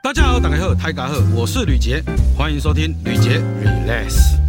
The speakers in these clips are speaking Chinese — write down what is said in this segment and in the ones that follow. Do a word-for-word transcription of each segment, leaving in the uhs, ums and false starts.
大家好，大家好，大家好，我是吕杰，欢迎收听吕杰 Relax。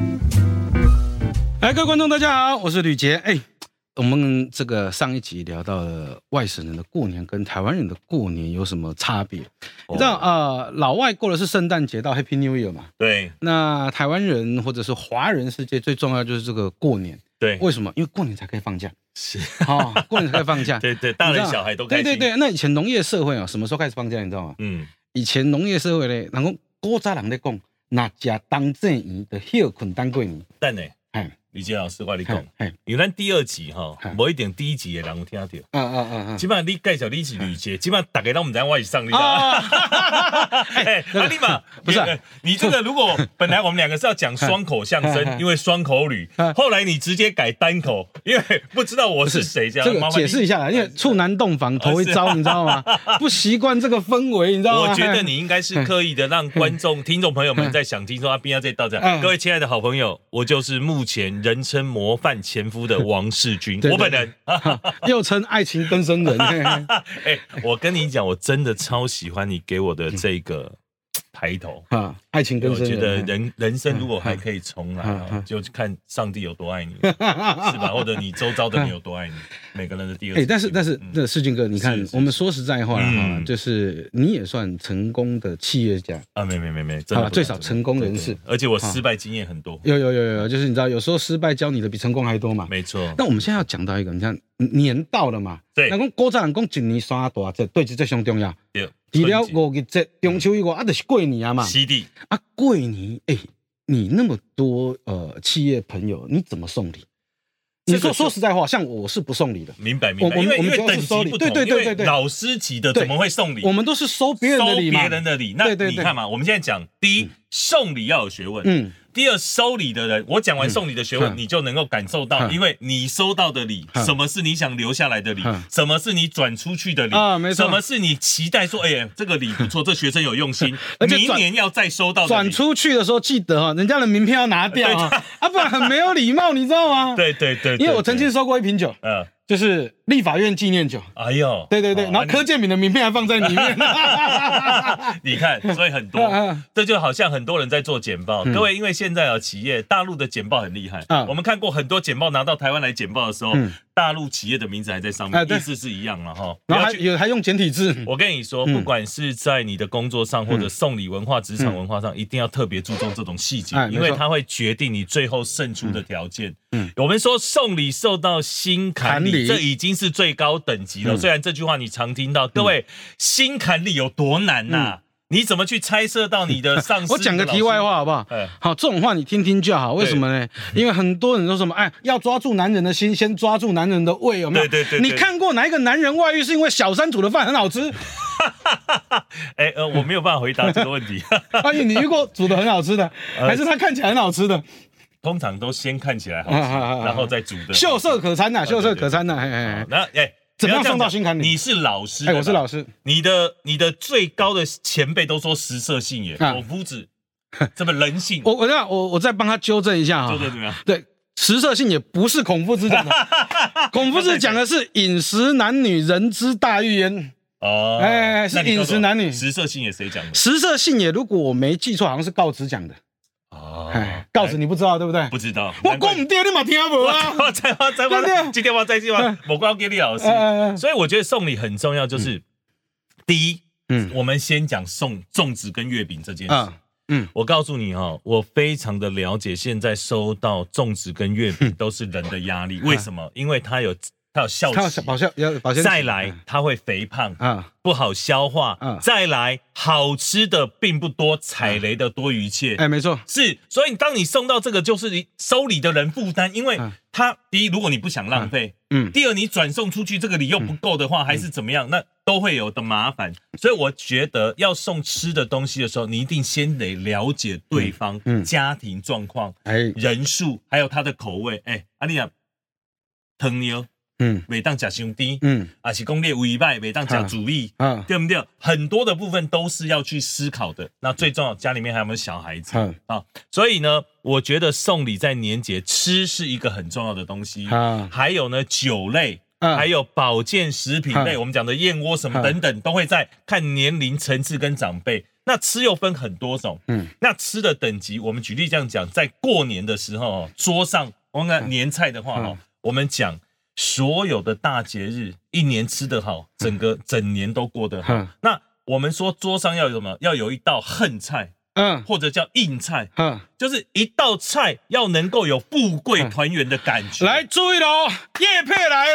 哎，各位观众，大家好，我是吕杰。哎，我们这个上一集聊到了外省人的过年跟台湾人的过年有什么差别？哦、你知道呃，老外过的是圣诞节到 Happy New Year 嘛？ 对。 那台湾人或者是华人世界最重要就是这个过年。 对。 为什么？因为过年才可以放假。 是。 哦，过年才可以放假。 对对，大人小孩都开心。 对对对，那以前农业社会啊，什么时候开始放假？你知道吗？嗯。以前农业社会咧，人讲古早人咧讲，那食当正圆的休困当过年。 等呢，哎，吕杰老师，我跟你讲，因为咱第二集哈，无一定第一集的人有听到。嗯嗯嗯嗯。基本上你介绍你是吕杰，基本上大家都唔知我是上你的。哎，阿丽玛， 不是你这个，如果本来我们两个是要讲双口相声，因为双口吕，后来你直接改单口，因为不知道我是谁，这样。 这个解释一下啦，因为处男洞房头一遭，你知道吗？不习惯这个氛围，你知道吗？ 我觉得你应该是刻意的让观众、听众朋友们在想听说啊，边要这道这样。各位亲爱的好朋友，我就是目前人称模范前夫的王世军，我本人又称爱情更生人。 哎，我跟你讲，我真的超喜欢你给我的这个抬头啊，爱情更生人。 我觉得人人生如果还可以重来，就看上帝有多爱你，是吧？或者你周遭的人有多爱你，每个人的第二。 哎，但是但是，那世军哥，你看，我们说实在话哈，就是你也算成功的企业家啊，没没没没，真的最少成功人士， 而且我失败经验很多。 有有有有，就是你知道，有时候失败教你的比成功还多嘛。 没错。 那我们现在要讲到一个，你看年到了嘛， 对， 那讲古早人讲一年三大节，对，这上重要。 对。 除了五月节、中秋以外，啊，就是过年啊嘛。 是的。 啊，过年，哎，你那么多呃企业朋友，你怎么送礼？你说说实在话，像我是不送礼的。 明白明白。因为因为等级不同，对对对对对。老师级的怎么会送礼？ 我们都是收别人的礼嘛。 收别人的礼，那你看嘛，我们现在讲，第一，送礼要有学问。嗯。第二，收礼的人，我讲完送礼的学问，你就能够感受到，因为你收到的礼，什么是你想留下来的礼，什么是你转出去的礼，什么是你期待说，哎，这个礼不错，这学生有用心，明年要再收到的礼。 转出去的时候记得哈，人家的名片要拿掉啊，啊，不然很没有礼貌，你知道吗？ 对对对， 因为我曾经收过一瓶酒，嗯。就是立法院纪念酒， 哎呦， 对对对，然后柯建铭的名片还放在里面。 你看，所以很多，这就好像很多人在做简报。各位，因为现在啊，企业大陆的简报很厉害，我们看过很多简报拿到台湾来简报的时候，大陆企业的名字还在上面，意思是一样了哈。 然后还有还用简体字。 我跟你说，不管是在你的工作上或者送礼文化、职场文化上，一定要特别注重这种细节，因为它会决定你最后胜出的条件。嗯，我们说送礼受到心坎里，这已经是最高等级了。嗯、虽然这句话你常听到，各位、嗯、心坎里有多难呐、啊？嗯、你怎么去猜测到你的上司？ 我讲个题外话好不好？哎、好，这种话你听听就好。为什么呢？因为很多人说什么，哎，要抓住男人的心，先抓住男人的胃，有没有？ 对对 对, 对。 你看过哪一个男人外遇是因为小三煮的饭很好吃？ 哎呃，我没有办法回答这个问题。 阿宇，你遇过煮的很好吃的，还是他看起来很好吃的？ 通常都先看起来好吃，然后再煮的， 秀色可餐呐，秀色可餐呐。 那哎， 怎么样送到心坎里？ 你是老师， 哎，我是老师。 你的你的最高的前辈都说食色性也，孔夫子这么人性。 我我我我再帮他纠正一下哈， 纠正怎么样？ 对，食色性也不是孔夫子讲的，孔夫子讲的是饮食男女，人之大欲焉。哦，哎，是饮食男女。 食色性也谁讲的？ 食色性也，如果我没记错，好像是告子讲的。哦，告子你不知道对不对？ 不知道， 我讲唔对，你嘛听无啊？ 我再话再话，今天我再句话，我光给李老师。所以我觉得送礼很重要，就是第一，嗯，我们先讲送粽子跟月饼这件事。嗯，我告诉你哈，我非常的了解，现在收到粽子跟月饼都是人的压力，为什么？因为它有。它有效期， 保效要保鲜。 再来，它会肥胖啊，不好消化啊。再来，好吃的并不多，踩雷的多于切。 哎，没错， 是。所以当你送到这个，就是你收礼的人负担，因为他第一，如果你不想浪费，嗯，第二，你转送出去这个礼又不够的话，还是怎么样，那都会有的麻烦。所以我觉得要送吃的东西的时候，你一定先得了解对方家庭状况、人数，还有他的口味。哎，阿丽亚，糖尿。嗯，每当吃伤低，嗯，啊是讲你胃歹，每当吃主力，啊，对不对？很多的部分都是要去思考的。那最重要，家里面还有没有小孩子啊？所以呢，我觉得送礼在年节吃是一个很重要的东西啊。还有呢，酒类。 还有保健食品类，我们讲的燕窝什么等等，都会在看年龄层次跟长辈。那吃又分很多种，嗯，那吃的等级，我们举例这样讲，在过年的时候，桌上我们看年菜的话，哈，我们讲所有的大节日，一年吃得好，整个整年都过得好。那我们说桌上要有什么？要有一道横菜。嗯，或者叫硬菜，嗯，就是一道菜要能够有富贵团圆的感觉。 来，注意喽，业配来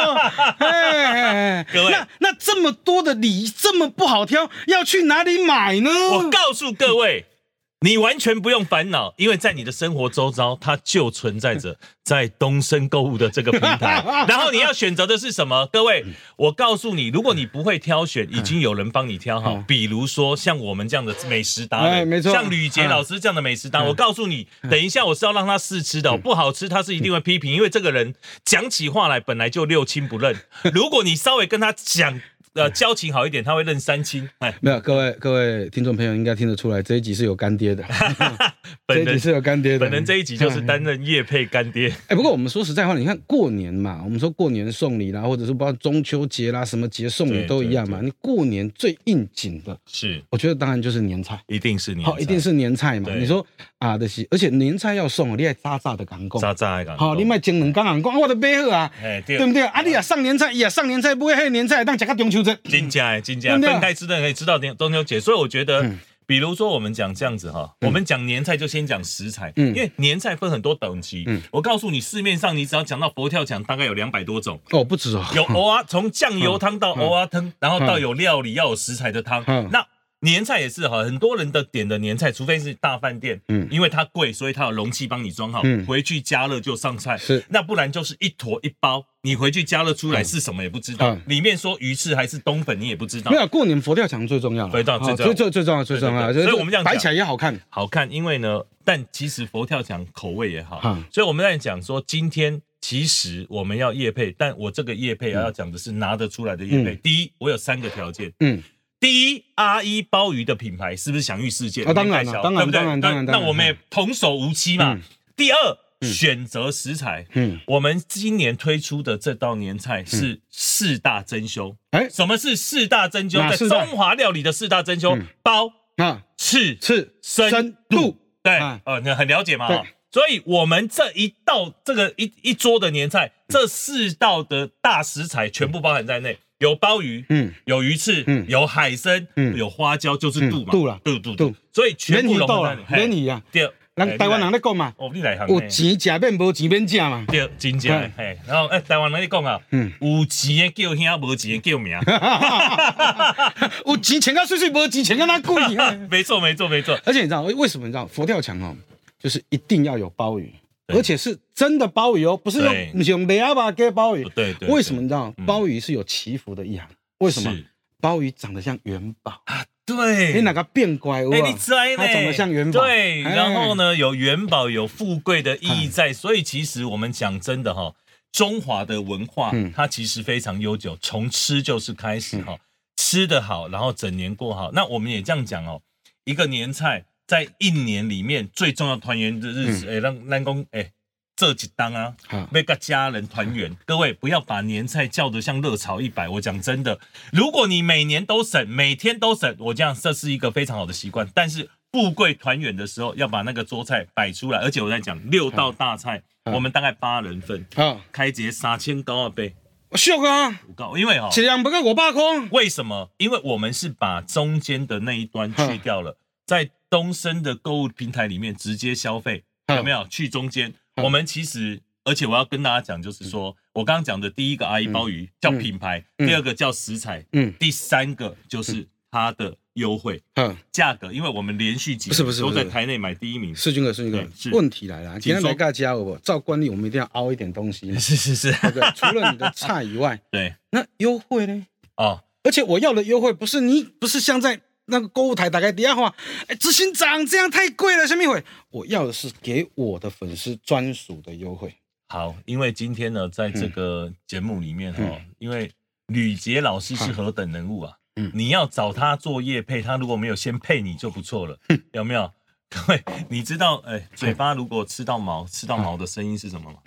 喽！各位，那那这么多的礼，这么不好挑，要去哪里买呢？ 我告诉各位，你完全不用烦恼，因为在你的生活周遭，它就存在着在东森购物的这个平台。然后你要选择的是什么？各位，我告诉你，如果你不会挑选，已经有人帮你挑好。比如说像我们这样的美食达人， 没错， 像吕杰老师这样的美食达人，我告诉你，等一下我是要让他试吃的，不好吃他是一定会批评，因为这个人讲起话来本来就六亲不认。如果你稍微跟他讲。呃，交情好一点，他会认三亲。哎， 没有，各位各位听众朋友应该听得出来，这一集是有干爹的。这一集是有干爹的， 本人这一集就是担任业配干爹。 哎，不过我们说实在话，你看过年嘛，我们说过年送礼啦，或者是不知道中秋节啦，什么节送礼都一样嘛。你过年最应景的是， 我觉得当然就是年菜， 一定是年菜， 好，一定是年菜嘛。你说啊的是，而且年菜要送，你还渣渣的讲讲， 渣渣的讲， 好，你卖蒸两缸讲，我都买好啊，对不对？啊，你啊上年菜，呀上年菜不会还年菜，当吃个中秋节， 真假哎，真假，分开吃的人可以吃到中秋节，所以我觉得。嗯，比如说我们讲这样子哈，嗯、我们讲年菜就先讲食材，嗯，因为年菜分很多等级，嗯，我告诉你，市面上你只要讲到佛跳墙，大概有两百多种， 哦，不止哦， 有蚵啊，从酱油汤到蚵啊汤，然后到有料理要有食材的汤，嗯、那年菜也是哈，很多人的点的年菜，除非是大饭店，嗯，因为它贵，所以它有容器帮你装好，嗯，回去加热就上菜， 是， 那不然就是一坨一包。你回去加热出来是什么也不知道，嗯、里面说鱼翅还是冬粉你也不知道。 没有，过年佛跳墙最重要了， 最重要， 最最最重要最重要。 所以我们这样摆起来也好看， 好看。因为呢，但其实佛跳墙口味也好，嗯、所以我们在讲说，今天其实我们要业配，但我这个业配要讲的是拿得出来的业配。嗯、第一，我有三个条件。嗯。第一，阿一鲍鱼的品牌是不是享誉世界？ 啊，当然了，当然，当然，当然。 那我们也童叟无欺嘛。第二。选择食材，嗯，我们今年推出的这道年菜是四大珍馐。哎，什么是四大珍馐？在中华料理的四大珍馐，鲍啊、翅、 翅、 生、肚。对，呃，你很了解嘛？所以，我们这一道这个一一桌的年菜，这四道的大食材全部包含在内。有鲍鱼，嗯，有鱼翅，嗯，有海参，嗯，有花椒，就是肚嘛， 肚了， 肚肚肚。所以全部融合在内。免鱼啊，对。人台湾人在讲嘛， 哦，你来行， 有钱吃面，无钱免吃嘛。 对，真正的，嘿，然后诶，台湾人在讲啊，嗯，有钱的叫兄，无钱的叫名。 有钱钱到水水，无钱钱到那贵。 没错，没错，没错。 而且你知道为什么？你知道佛跳墙哦，就是一定要有鲍鱼，而且是真的鲍鱼哦，不是用不是用雷阿巴给鲍鱼。 对对。 为什么你知道？鲍鱼是有祈福的意涵。为什么？鲍鱼长得像元宝啊。 对， 你哪个变乖？ 哎，你猜呢？ 它长得像元宝。 对，然后呢，有元宝，有富贵的意义在，所以其实我们讲真的哈，中华的文化它其实非常悠久，从吃就是开始哈，吃得好，然后整年过好。那我们也这样讲哦，一个年菜在一年里面最重要团圆的日子，哎，让让公哎。这几当啊，要跟家人团圆。各位不要把年菜叫得像热炒一百。我讲真的，如果你每年都省，每天都省，我这样这是一个非常好的习惯。但是富贵团圆的时候，要把那个桌菜摆出来。而且我在讲六道大菜，我们大概八人份，开节三千高二倍， 秀啊！ 因为哈， 一两不够五百块。 为什么？因为我们是把中间的那一端去掉了，在东森的购物平台里面直接消费，有没有？去中间。我们其实，而且我要跟大家讲，就是说我刚刚讲的第一个阿一鲍鱼叫品牌，嗯、第二个叫食材，嗯，第三个就是它的优惠，嗯，价格，因为我们连续几年都在台内买第一名。 世军哥，世军哥，问题来了，今天来大家我照惯例，我们一定要凹一点东西。 是是是， 对不对？除了你的菜以外， 对， 那优惠呢？ 哦， 而且我要的优惠不是你，不是像在。那个购物台打开底下话，哎，执行长这样太贵了，什么会？我要的是给我的粉丝专属的优惠。 好，因为今天呢，在这个节目里面哈、嗯哦，因为吕杰老师是何等人物啊，嗯，你要找他做业配，他如果没有先配你就不错了，嗯、有没有？各位，你知道，哎，嘴巴如果吃到毛，吃到毛的声音是什么吗？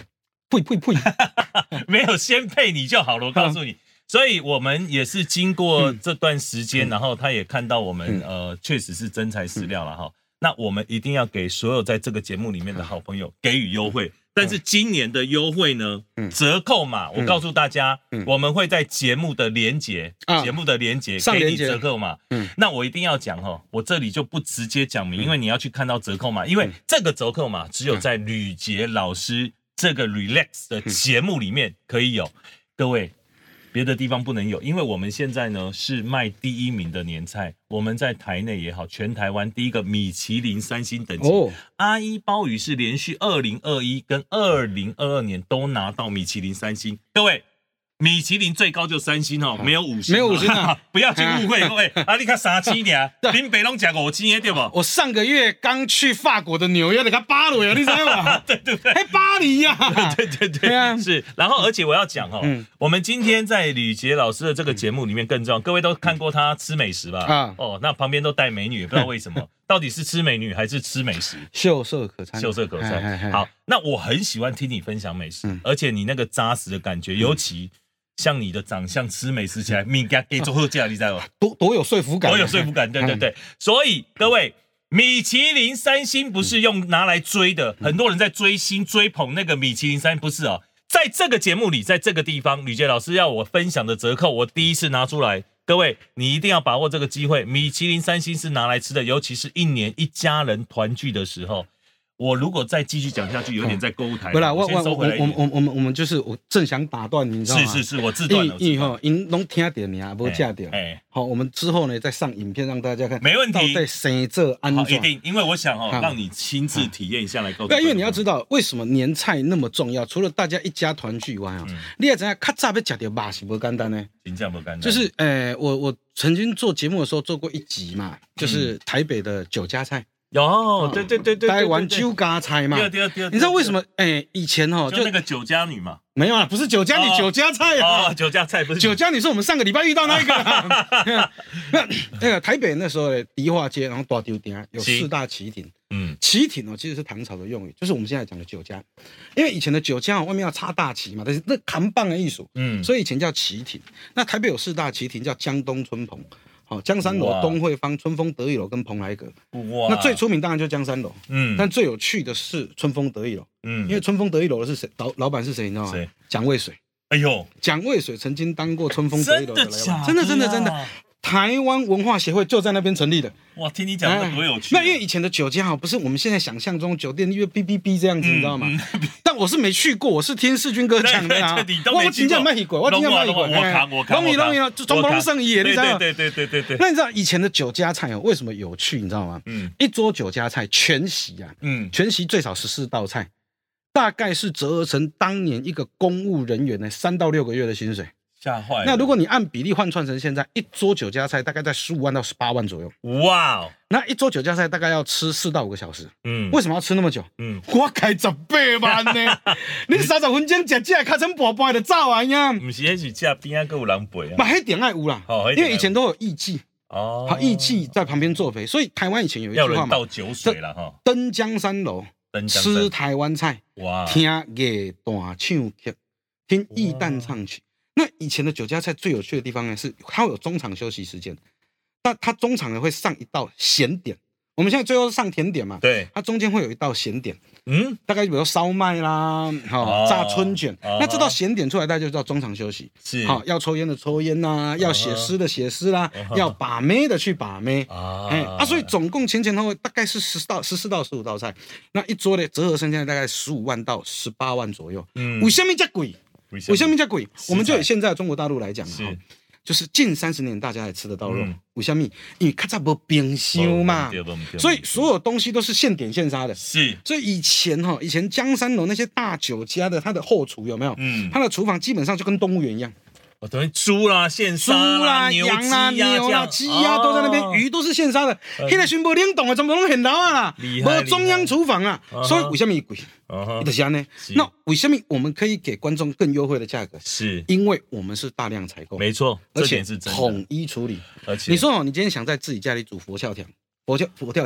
呸呸呸， 没有先配你就好了，我告诉你。所以我们也是经过这段时间，嗯、然后他也看到我们、嗯、呃确实是真材实料了哈。嗯、那我们一定要给所有在这个节目里面的好朋友给予优惠。但是今年的优惠呢，嗯、折扣码我告诉大家，嗯、我们会在节目的连结，嗯、节目的连结给你折扣码。嗯、那我一定要讲哈，我这里就不直接讲明，嗯、因为你要去看到折扣码，因为这个折扣码只有在吕杰老师这个 Relax 的节目里面可以有，各位。别的地方不能有，因为我们现在呢是卖第一名的年菜，我们在台内也好，全台湾第一个米其林三星等级。哦，阿一鲍鱼是连续二零二一跟二零二二年都拿到米其林三星，各位。米其林最高就三星哦，没有五星， 没有五星啊！ 不要去误会各位，啊，你看三星呢，林北拢吃五星对不？ 我上个月刚去法国的纽约，你看巴黎啊，你知道吗？ 对对对， 还巴黎呀！ 对对对，对啊，是。然后，而且我要讲哦，嗯、我们今天在吕杰老师的这个节目里面更重要，各位都看过他吃美食吧？啊，哦，那旁边都带美女，也不知道为什么，到底是吃美女还是吃美食？ 秀色可餐， 秀色可餐。好，那我很喜欢听你分享美食，嗯、而且你那个扎实的感觉，尤其。像你的长相，吃美食起来，米给给做后价，你知道吗？ 多多有说服感， 多有说服感，对对对。所以各位，米其林三星不是用拿来追的，很多人在追星追捧那个米其林三，不是哦。在这个节目里，在这个地方，吕杰老师要我分享的折扣，我第一次拿出来，各位你一定要把握这个机会。米其林三星是拿来吃的，尤其是一年一家人团聚的时候。我如果再继续讲下去，有点在购物台。 不啦，我我我我我我们我们就是我正想打断你，知道吗？ 是是是，我自断了。 因为哈，因拢听到你啊，无嫁掉。哎，好，我们之后呢再上影片让大家看。 没问题。 到底生这安装？一定，因为我想哦，让你亲自体验一下来购。 对，因为你要知道为什么年菜那么重要，除了大家一家团聚以外啊，你也知道，较早要吃到肉是不简单呢。 真正不简单。 就是诶，我我曾经做节目的时候做过一集嘛，就是台北的酒家菜。 有，对对对对， 台湾酒家菜嘛，你知道为什么？哎，以前哦， 就那个酒家女嘛， 没有啊，不是酒家女，酒家菜啊， 酒家菜不是酒家女，是我们上个礼拜遇到那一个。那那个台北那时候的迪化街，然后大丢店有四大旗亭，嗯，旗亭哦其实是唐朝的用语，就是我们现在讲的酒家，因为以前的酒家外面要插大旗嘛，但是那扛棒的艺术，嗯，所以以前叫旗亭。那台北有四大旗亭，叫江东春棚。好，江山楼、东惠坊、春风得意楼跟蓬莱阁。哇！那最出名当然就江山楼。嗯。但最有趣的是春风得意楼。嗯。因为春风得意楼的是谁？老老板是谁？你知道吗？谁？蒋渭水。 哎呦， 蒋渭水曾经当过春风得意楼的老板。真的的真的真的。台湾文化协会就在那边成立的。 哇，听你讲的多有趣。 那因为以前的酒家哈，不是我们现在想象中酒店因为哔哔哔这样子，你知道吗？但我是没去过，我是听世军哥讲的啊。我真正没去过，我真正没去过。 我扛我扛。 容易容易了，中不胜意，你知道吗？ 对对对对对。 那你知道以前的酒家菜哦，为什么有趣？你知道吗？嗯。一桌酒家菜全席啊，嗯，全席最少十四道菜，大概是折合成当年一个公务人员的三到六个月的薪水。 吓坏了。 那如果你按比例换算成现在，一桌酒家菜大概在十五万到十八万左右。 哇哦！ 那一桌酒家菜大概要吃四到五个小时。嗯，为什么要吃那么久？嗯，我开十八万呢！你三十分钟吃这卡成半半就走啊呀！ 不是，那是这边啊，还有人陪啊。 嘛，那点爱有啦。哦，因为以前都有艺妓。哦。好，艺妓在旁边作陪，所以台湾以前有一句话嘛， 要人倒酒水了哈。 登江山楼，吃台湾菜，哇，听夜大唱曲，听艺旦唱曲。那以前的酒家菜最有趣的地方呢，是它会有中场休息时间，但它中场呢会上一道咸点。我们现在最后是上甜点嘛， 对， 它中间会有一道咸点，嗯，大概比如烧麦啦，好、哦、炸春卷，哦、那这道咸点出来，大家就知道中场休息，是好、哦、要抽烟的抽烟呐、啊，要写诗的写诗啦，哦、要把妹的去把妹，啊，哎啊，所以总共前前后后大概是十到十四到十五道菜，那一桌的折合剩下大概十五万到十八万左右，嗯，为什么这贵？为什么叫贵？我们就以现在的中国大陆来讲啊，就是近三十年大家也吃得到肉。为什么？因为较早没冰箱嘛，所以所有东西都是现点现杀的。是，所以以前哈，以前江山楼那些大酒家的，它的后厨有没有？嗯，它的厨房基本上就跟动物园一样。 哦，等于猪啦、现杀啦、 牛啦、牛啦、鸡呀都在那边，鱼都是现杀的。现在全部冷冻的，全部都很老啊，没中央厨房啊，所以为什么贵？就是这样。那为什么我们可以给观众更优惠的价格？是因为我们是大量采购， 没错， 而且统一处理。而且你说哦，你今天想在自己家里煮佛跳墙、佛跳佛跳墙，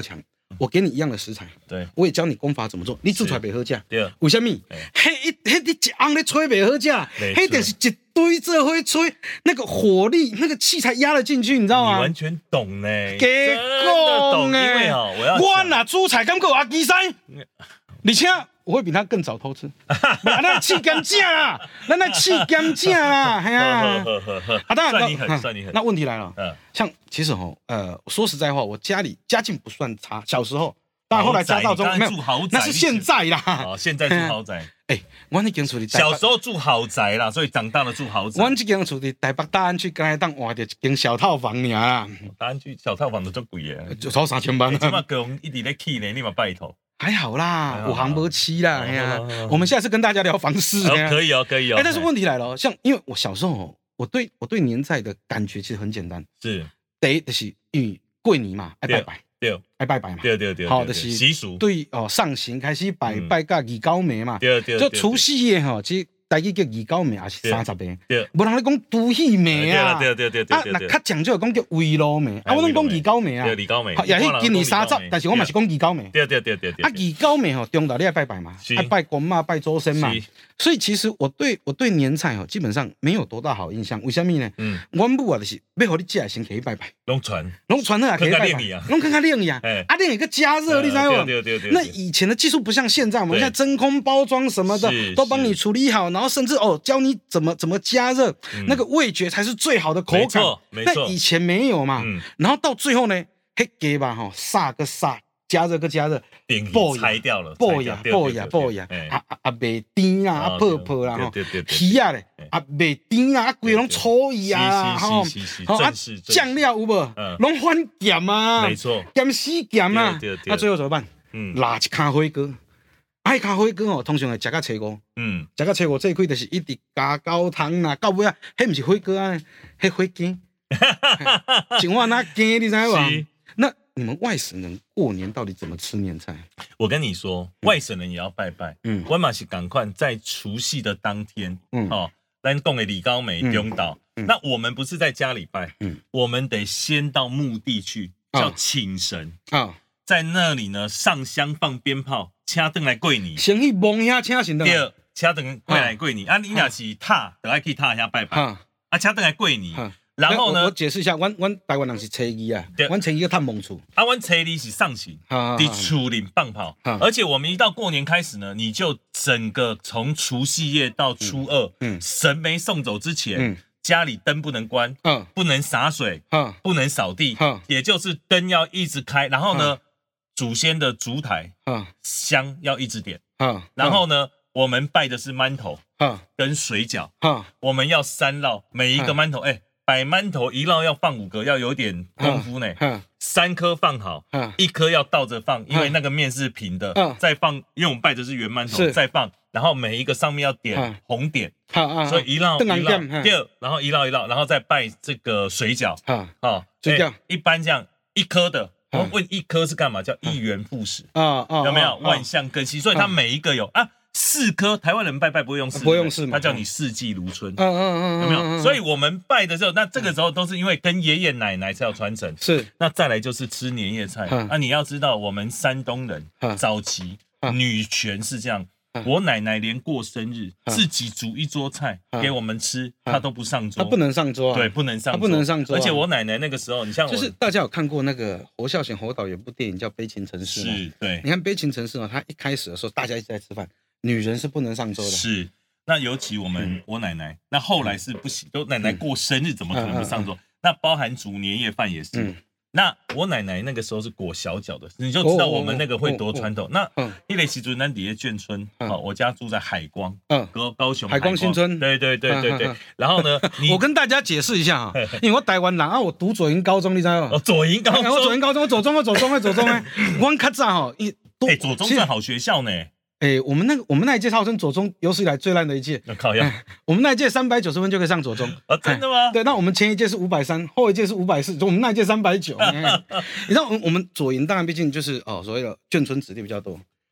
我给你一样的食材， 对， 我也教你功法怎么做，你煮出来袂好食。 对， 为什么？嘿，一嘿你一昂咧吹袂好食，嘿就是一堆这会吹，那个火力那个气才压得进去，你知道吗？ 你完全懂呢， 给懂呢，因为哈，我要我哪煮菜敢够阿基山，而且我会比他更早偷吃，那气干正啦，那那气干正啦，哎呀， 啊，当然算你狠，算你狠。 那问题来了，像其实哈，呃，说实在话，我家里家境不算差，小时候，但后来家道中没有，那是现在啦。 哦，现在住豪宅。 哎，我那间厝里小时候住豪宅啦，所以长大了住豪宅。 我这间厝里台北大安区刚才当换着一间小套房尔啦。 大安区小套房都足贵的， 就超三千万。 起码给我们一直在起呢，你嘛拜托。 还好啦，五行无期啦，哎呀，我们下次跟大家聊房事。 可以哦，可以哦。 哎，但是问题来了，像因为我小时候，我对我对年菜的感觉其实很简单， 是第一就是因为过年嘛，爱拜拜， 对， 爱拜拜嘛， 对对对， 好的是习俗， 对哦，上行开始拜拜到二九暝嘛， 对对， 就除夕夜吼，其实台语叫二九暝，也是三十暝， 对， 无人咧讲除夕暝啊， 对对对对， 啊，那较讲究讲叫围炉暝，啊，我拢讲二九暝啊， 对，二九暝， 也是今年三十，但是我嘛是讲二九暝， 对对对对对， 啊，二九暝吼，中昼你爱拜拜嘛，爱拜公嘛，拜祖先嘛。所以其实我对我对年菜哦，基本上没有多大好印象。为什么呢？嗯，我母啊就是要互你食，先可以拜拜， 拢传， 拢传了可以拜拜，拢看看冷呀，啊冷一个加热，你知道吗？ 对对对。 那以前的技术不像现在，我们现在真空包装什么的都帮你处理好，然后甚至哦教你怎么怎么加热，那个味觉才是最好的口感。没错，没错。 那以前没有嘛，然后到最后呢，嘿给吧哈，煞个煞。加热个加热， 爆拆掉了， 爆呀爆呀爆呀，啊啊啊袂甜啦，啊泡泡啦吼，鱼啊咧，啊袂甜啊，啊规拢粗鱼啊，吼，好啊酱料有无？拢反咸啊， 没错， 咸死咸啊，那最后怎么办？嗯，拉一卡火锅，爱卡火锅哦，通常会食到初五，嗯，食到初五这一块就是一直加高汤啦，到尾啊，迄毋是火锅啊，迄火鸡，像我那鸡你知无？那你们外省人过年到底怎么吃年菜？ 我跟你说，嗯、外省人也要拜拜。嗯，我嘛是赶快在除夕的当天，嗯，哦，咱讲的李高梅中岛、嗯嗯，那我们不是在家里拜，嗯，我们得先到墓地去，叫请神啊、哦，在那里呢上香放鞭炮，请灯来过年， 先去蒙遐请神的， 对，请灯过来过年。啊，你若是塔，就爱去塔遐拜拜，啊，请灯来过年。然后呢？ 我解释一下，阮阮台湾人是初二啊，阮初二要探墓厝， 啊，阮初二是上行，伫厝里放炮，而且我们一到过年开始呢，你就整个从除夕夜到初二，嗯，神没送走之前，嗯，家里灯不能关，嗯，不能洒水，嗯，不能扫地，嗯，也就是灯要一直开，然后呢，祖先的烛台，嗯，香要一直点，嗯，然后呢，我们拜的是馒头，嗯，跟水饺，嗯，我们要三烙，每一个馒头，哎、欸。摆馒头一烙要放五个，要有点功夫呢。三颗放好，一颗要倒着放，因为那个面是平的。再放，因为我们拜的是圆馒头，再放，然后每一个上面要点红点，所以一烙一烙，第二，然后一烙一烙，然后再拜这个水饺。哦，水饺一般这样一颗的，我问一颗是干嘛？叫一元复始啊啊，有没有万象更新？所以它每一个有啊。四颗，台湾人拜拜不会用四， 不会用四嘛， 他叫你四季如春，嗯嗯嗯，有没有？所以我们拜的时候，那这个时候都是因为跟爷爷奶奶才有传承， 是。 那再来就是吃年夜菜，那你要知道，我们山东人早期女权是这样，我奶奶连过生日自己煮一桌菜给我们吃，她都不上桌， 她不能上桌， 对，不能上桌， 不能上桌。 而且我奶奶那个时候，你像就是大家有看过那个侯孝贤侯导有部电影叫《悲情城市》吗？ 是，对。 你看《悲情城市》呢，他一开始的时候大家一直在吃饭。女人是不能上桌的， 是。那尤其我们、嗯、我奶奶，那后来是不行，就奶奶过生日怎么可能不上桌？嗯嗯嗯、那包含煮年夜饭也是。嗯、那我奶奶那个时候是裹小脚的，你就知道我们那个会多传统。哦哦哦、那一类习俗，咱底下眷村，嗯、哦，我家住在海光，嗯，高高雄海光新村， 对对对对对。嗯嗯、然后呢， 我跟大家解释一下啊，因为我台湾人啊，我读左营高中，你知道吗？ 哦，左营高中， 我左营高中，我左中，我左中，我左中哎，我较早哈，一哎，左中是好学校呢。 哎、欸，我们那个我们那一届号称左中有史以来最烂的一届， 靠呀、欸！ 我们那一届三百九十分就可以上左中啊，真的吗？ 对，那我们前一届是五百三，后一届是五百四，就我们那一届三百九。你知道，我们左营当然毕竟就是哦，所谓的眷村子弟比较多，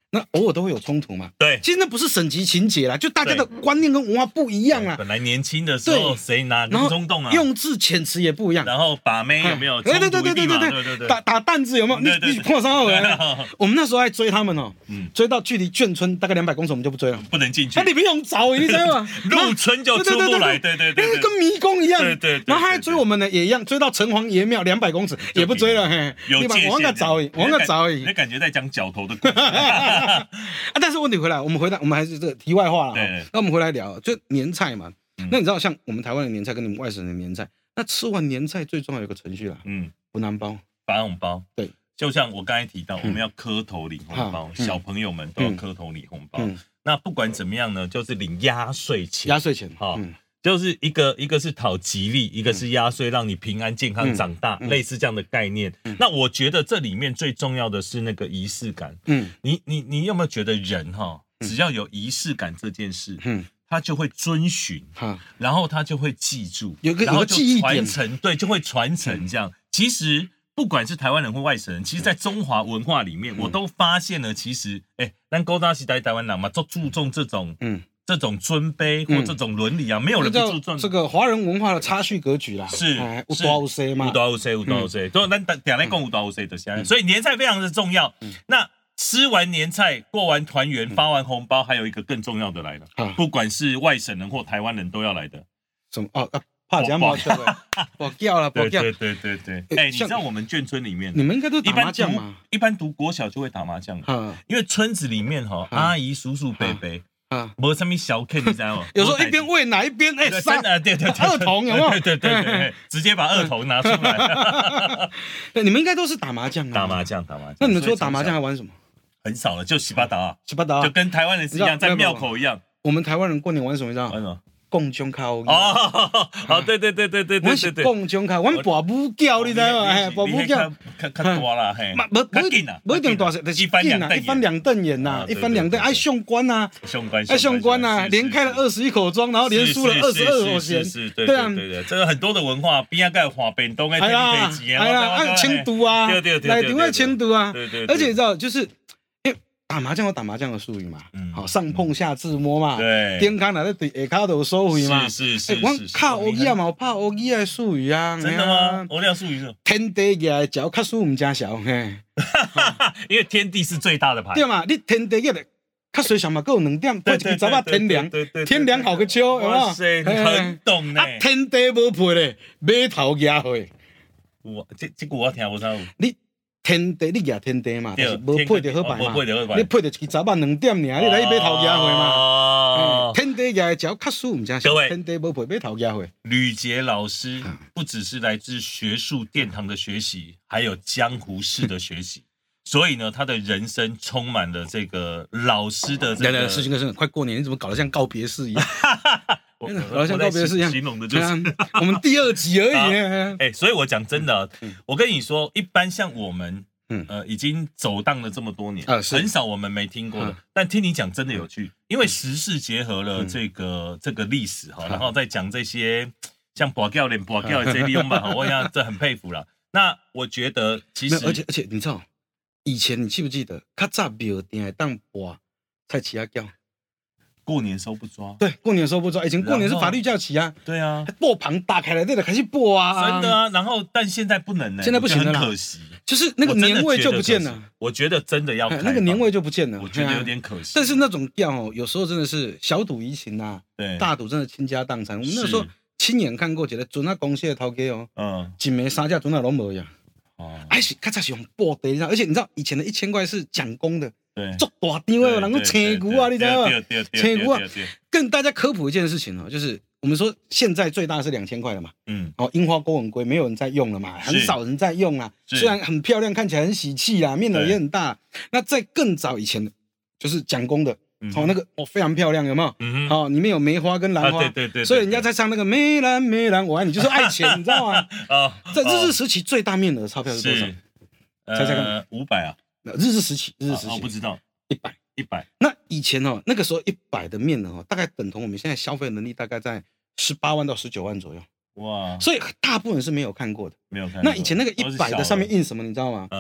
那偶尔都会有冲突嘛。 对， 其实那不是省级情节啦，就大家的观念跟文化不一样啦。 本来年轻的时候谁哪能冲动啊？ 用字遣词也不一样。 然后把妹有没有？对对对对对对对对对， 打打弹子有没有？你你碰上后人，我们那时候还追他们哦，追到距离眷村大概两百公尺，我们就不追了， 不能进去。 那你不用找，你知道吗？ 入村就出不来，对对对， 跟迷宫一样。 对对。 然后他还追我们呢，也一样，追到城隍爷庙两百公尺也不追了，嘿， 有界限。 我那找，我那找而已。 你感觉在讲角头的故事。 但是问题回来，我们回来，我们还是这个题外话了。 对， 那我们回来聊，就年菜嘛。那你知道，像我们台湾的年菜跟你们外省的年菜，那吃完年菜最重要有一个程序啦，嗯，不拿包， 发红包。 对， 就像我刚才提到，我们要磕头领红包，小朋友们都要磕头领红包。那不管怎么样呢，就是领压岁钱。 压岁钱，哈， 就是一个一个是讨吉利，一个是压岁，让你平安健康长大，类似这样的概念。那我觉得这里面最重要的是那个仪式感。嗯，你你你有没有觉得人哈，只要有仪式感这件事，嗯，他就会遵循，然后他就会记住， 有个有个记忆点， 传承，对，就会传承这样。其实不管是台湾人或外省人，其实在中华文化里面，我都发现了，其实哎，咱古早时代台湾人嘛，都注重这种嗯。这种尊卑或这种伦理啊，没有人不注重这个华人文化的差序格局啦。 是， 有大有小嘛， 有大有小，有大有小。所以咱点来讲有大有小的现在，所以年菜非常的重要。那吃完年菜，过完团圆，发完红包，还有一个更重要的来了，不管是外省人或台湾人都要来的。 什么？哦啊，怕讲毛球的，我叫了，我叫。 对对对对对。哎，你知道我们眷村里面， 你们应该都打麻将嘛？ 一般读国小就会打麻将，因为村子里面哈，阿姨、叔叔、伯伯。啊，没什么小 K， 你知道吗？ 有时候一边喂奶一边哎， 真的对对对， 二童有没有？ 对对对对，直接把二童拿出来。 对，你们应该都是打麻将啊。 打麻将，打麻将。 那你们除了打麻将还玩什么？ 很少了，就洗八达啊， 洗八达， 就跟台湾人是一样，在庙口一样。 我们台湾人过年玩什么？你知道？玩什么？共中卡哦， 哦，对对对对对对对对， 共中卡，我们博舞叫，你知道吗？嘿，博舞叫， 较较大啦，嘿， 不不一定，不一定大，就是近啦，一翻两瞪眼呐，一翻两瞪，爱上官呐， 上官， 爱上官呐，连开了二十一口庄，然后连输了二十二口钱， 对啊，对对，这个很多的文化，边啊盖华北东哎， 哎呀，哎呀，爱清毒啊， 对对对， 来另外清毒啊， 对对， 而且你知道就是。打麻将有打麻将的术语嘛，好上碰下自摸嘛， 对， 颠卡哪在对下卡都有收回嘛， 是是是， 我靠欧吉啊嘛，我怕欧吉的术语啊， 真的吗？欧吉的术语是天地嘅脚卡输唔加小，嘿， 因为天地是最大的牌， 对嘛？你天地嘅卡水小嘛，够两点，过一个早晚天凉，天凉好个秋，有冇？ 哇塞，很懂呢。 啊，天地无配咧，马头压回。 我这这句我听不到。 你。天地你举天地嘛，但是无配着好牌嘛，你配着一早晚两点尔，你来去买头家伙嘛。天地举只要卡输唔正， 各位天地无配买头家伙。 吕杰老师不只是来自学术殿堂的学习，还有江湖式的学习，所以呢，他的人生充满了这个老师的这个。 事情哥，快过年，你怎么搞得像告别式一样？搞得像告别式一样， 形容的就是我们第二集而已。 哎，所以我讲真的，我跟你说，一般像我们。嗯呃，已经走荡了这么多年，啊、很少我们没听过的。啊、但听你讲真的有趣，因为时事结合了这个、嗯、这个历史哈，然后再讲这些像拔掉脸、拔掉的这利用吧，我想这很佩服了。那我觉得其实， 而且而且你知道，以前你记不记得，较早庙店还当拔菜市啊叫。 过年收不抓， 对，过年收不抓。以前过年是法律假期啊， 对啊， 拨棚打开来，对的，开始拨啊， 真的啊。然后，但现在不能呢， 现在不行了， 很可惜， 就是那个年味就不见了。 我觉得真的要那个年味就不见了， 我觉得有点可惜。 但是那种调哦，有时候真的是小赌怡情呐，对，大赌真的倾家荡产。我们那时候亲眼看过，觉得准那公司的头家哦，嗯，一枚三架准那拢无呀，哦，还是咔嚓是用拨的，而且你知道以前的一千块是奖功的。做大张的，人讲青牛啊，你知道吗？青牛啊，跟大家科普一件事情哦，就是我们说现在最大是两千块了嘛，嗯，哦，樱花勾吻龟没有人在用了嘛，很少人在用啦，虽然很漂亮，看起来很喜气啦，面额也很大。那在更早以前的，就是蒋公的，哦，那个哦非常漂亮，有没有？嗯哦，里面有梅花跟兰花， 对对对， 所以人家在唱那个梅兰梅兰我爱你，就是爱钱，你知道吗？啊，在日治时期最大面额的钞票是多少？猜猜看， 五百啊。 日治时期，日治时期， 我不知道， 一百， 一百。 那以前哦，那个时候一百的面额哦，大概等同我们现在消费能力大概在十八万到十九万左右。哇！所以大部分人是没有看过的， 没有看过。 那以前那个一百的上面印什么，你知道吗？嗯，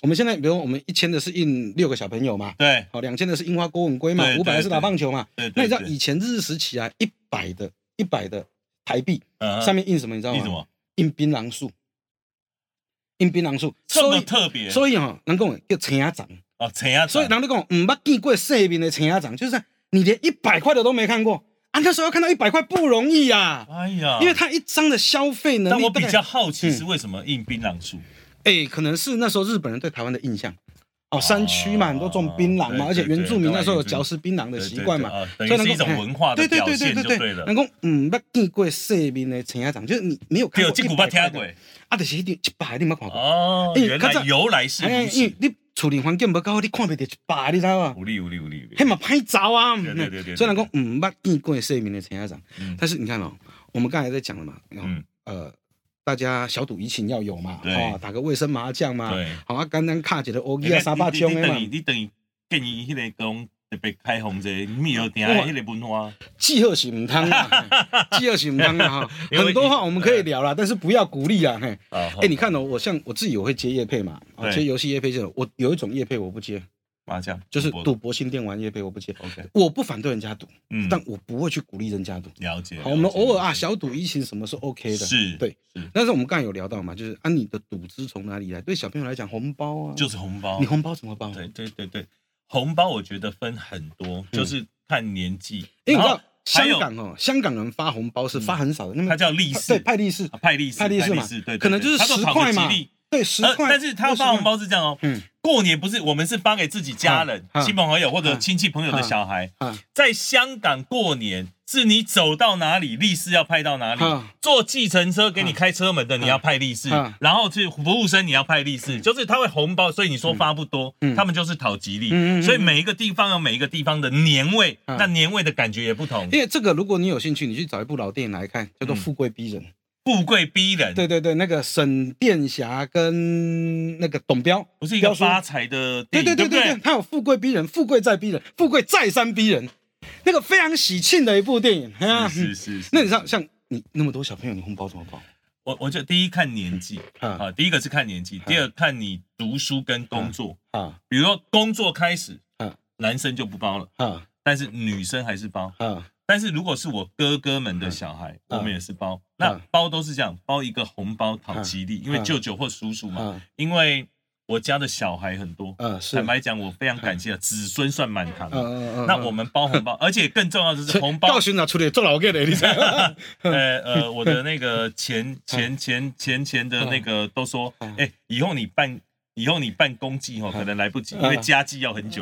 我们现在比如我们一千的是印六个小朋友嘛， 对， 好，两千的是樱花郭文龟嘛，五百的是打棒球嘛。 对对对， 那你知道以前日时期啊，一百的一百的台币、嗯、上面印什么？你知道吗？ 印什么？ 印槟榔树，印槟榔树， 这么特别。 所以哈、哦，人讲叫青鸭掌哦，青鸭掌。 所以人就讲，唔捌见过世面的青鸭掌，就是你连一百块的都没看过。啊，那时候要看到一百块不容易呀、啊！哎呀，因为他一张的消费能力。 但我比较好奇是为什么印槟榔树？ 哎、嗯，可能是那时候日本人对台湾的印象。哦，山区嘛，很多种槟榔嘛，而且原住民那时候有嚼食槟榔的习惯嘛， 所以是一种文化的表现就对了。 人讲，嗯，捌见过世面的青鸭掌，就是你没有看过一百块的，啊，就是一定一百你没看过。 哦，原来由来是如此。 因为你厝里环境不够，你看不到一百，你知道吗？ 有理有理有理， 迄嘛歹找啊。 对对对对。 所以人讲，嗯，捌见过世面的青鸭掌，但是你看哦，我们刚才在讲了嘛，嗯，呃。大家小赌怡情要有嘛，哦，打个卫生麻将嘛，好啊，简单卡一个欧基啊三百张的嘛。 你等于建议迄个讲特别开放者，咪有定迄个文化。 记号是唔通啦，记号是唔通啦哈。很多话我们可以聊啦，但是不要鼓励啊。嘿，哎，你看哦，我像我自己我会接业配嘛，接游戏业配这种，我有一种业配我不接。 麻将就是赌博性电玩业配我不接 ，OK， 我不反对人家赌，嗯，但我不会去鼓励人家赌。 了解， 好，我们偶尔啊小赌怡情什么是 OK 的， 是， 对，是。但是我们刚才有聊到嘛，就是啊你的赌资从哪里来？对小朋友来讲，红包啊， 就是红包， 你红包怎么包？ 对对对对，红包我觉得分很多，就是看年纪， 因为你知道香港哦，香港人发红包是发很少的， 那它叫利是， 对，派利是， 派利是， 派利是嘛， 对， 可能就是十块嘛。对，十块， 但是他发红包是这样哦，嗯，过年不是我们是发给自己家人、亲朋好友或者亲戚朋友的小孩，在香港过年是你走到哪里，利是要派到哪里，坐计程车给你开车门的你要派利是，然后去服务生你要派利是，就是他会红包，所以你说发不多，他们就是讨吉利，所以每一个地方有每一个地方的年味，那年味的感觉也不同。 因为这个，如果你有兴趣，你去找一部老电影来看，叫做《富贵逼人》。 富贵逼人， 对对对，那个沈殿霞跟那个董彪， 不是一个发财的电影， 对对对对对，他有富贵逼人，富贵再逼人，富贵再三逼人，那个非常喜庆的一部电影。 是是是。 那你像像你那么多小朋友，你红包怎么包？ 我我觉得第一看年纪啊，第一个是看年纪，第二看你读书跟工作啊。比如说工作开始，男生就不包了啊，但是女生还是包啊。但是如果是我哥哥们的小孩，我们也是包。那包都是这样，包一个红包讨吉利，因为舅舅或叔叔嘛。因为我家的小孩很多，坦白讲，我非常感谢，子孙算满堂。那我们包红包，而而且更重要的是红包。 到时拿出来做老给的，你知道？ 呃呃，我的那个前前前前前的那个都说，哎，以后你办。以后你办公祭哦，可能来不及，因为家祭要很久。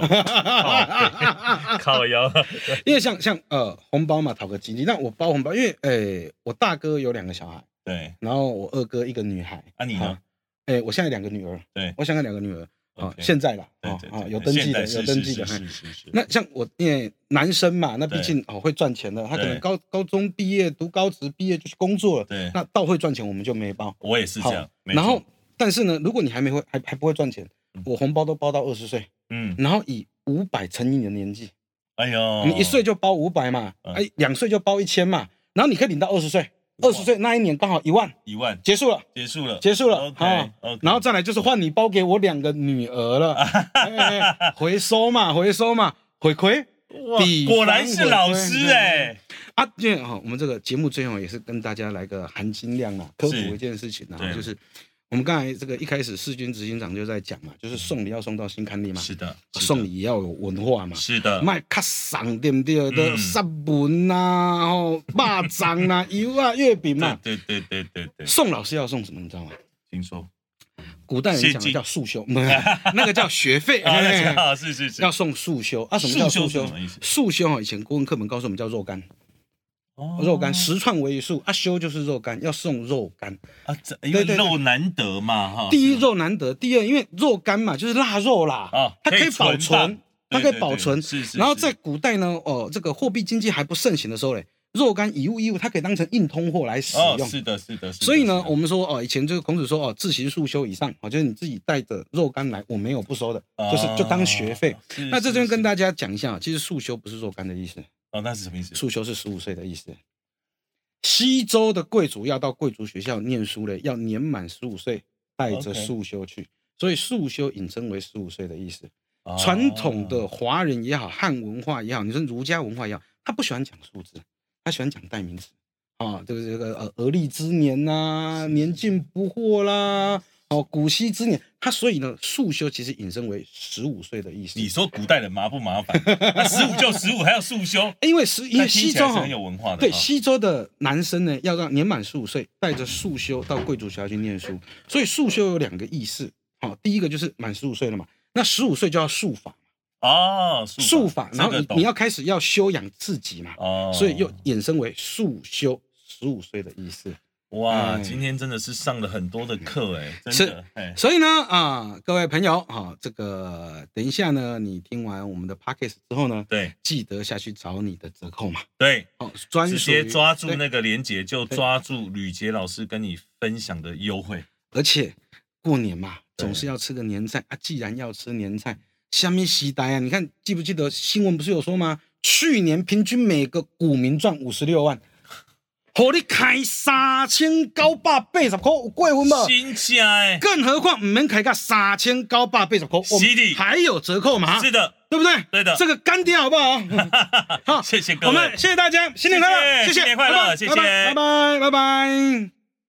靠腰， 因为像像呃红包嘛，讨个吉利。那我包红包，因为诶、欸、我大哥有两个小孩， 对， 然后我二哥一个女孩。 啊你呢？ 诶、欸、我现在两个女儿， 对， 我现在两个女儿啊，现在啦，啊啊有登记的，有登记的。 是是是。 那像我因为男生嘛，那毕竟哦会赚钱的，他可能高高中毕业读高职毕业就去工作了， 对， 那到会赚钱我们就没包。 我也是这样， 然后。但是呢，如果你还没会还还不会赚钱，我红包都包到二十岁，嗯，然后以五百乘以你的年纪， 哎呦， 你一岁就包五百嘛，哎，两岁就包一千嘛，然后你可以领到二十岁，二十岁那一年刚好一万， 一万结束了， 结束了， 结束了， 好， 然后再来就是换你包给我两个女儿了，回收嘛，回收嘛，回馈， 果然是老师哎。 啊，因为哈，我们这个节目最后也是跟大家来个含金量啊，科普一件事情啊，就是我们刚才这个一开始世军执行长就在讲嘛，就是送礼要送到心坎里嘛， 是的， 送礼也要有文化嘛， 是的， 卖卡赏对不对？的沙文呐，然后蚂蚱啊、油啊、月饼嘛， 对对对对对， 送老师要送什么？你知道吗？ 听说。 古代人讲的叫束修，那个叫学费啊，是是是， 要送束修啊？什么叫束修？束修哈，以前国文课本告诉我们叫肉干。哦、肉干十串为一束，啊修就是肉干，要送肉干啊，因为肉难得嘛哈。 第一肉难得，第二因为肉干嘛，就是腊肉啦，啊，它可以保存，它可以保存。 是是。 然后在古代呢，哦，这个货币经济还不盛行的时候嘞，肉干以物易物，它可以当成硬通货来使用。 哦，是的，是的。 所以呢，我们说哦，以前就是孔子说哦，自行束修以上，哦，就是你自己带着肉干来，我没有不收的，就是就当学费。那这边跟大家讲一下，其实束修不是肉干的意思。 哦，那是什么意思？ 束修是十五岁的意思。西周的贵族要到贵族学校念书了，要年满十五岁带着束修去。 所以速修引申为十五岁的意思。传统的华人也好，汉文化也好，你说儒家文化也好，他不喜欢讲数字，他喜欢讲代名词啊，这个这个呃而立之年呐、啊，年近不惑啦，哦古稀之年，他所以呢速修其实引申为十五岁的意思。 你说古代人麻不麻烦？那十五就十五，还要速修？ 因为十因为西周很有文化的， 对西周的男生呢，要让年满十五岁，带着速修到贵族学校去念书，所以速修有两个意思，好，第一个就是满十五岁了嘛。那十五岁就要术法哦， 术法，然后 你,、這個、你要开始要修养自己嘛，哦，所以又衍生为速修十五岁的意思。 哇，哎、今天真的是上了很多的课哎，真的。 是，所以呢啊，各位朋友啊，这个等一下呢，你听完我们的 podcast 之后呢， 对， 记得下去找你的折扣嘛。 对， 哦，专属直接抓住那个连结，就抓住吕杰老师跟你分享的优惠， 而且过年嘛。总是要吃个年菜啊！既然要吃年菜，下面期待啊！你看，记不记得新闻不是有说吗？去年平均每个股民赚五十六万，给你开三千九百八十块，有过分吗？ 真假哎！ 更何况唔免开个三千九百八十块， 是的， 还有折扣嘛？ 是的， 对不对？ 对的， 这个干爹好不好？ 好，谢谢各位， 我们谢谢大家，新年快乐，谢谢， 新年快乐，谢谢， 拜拜，拜拜。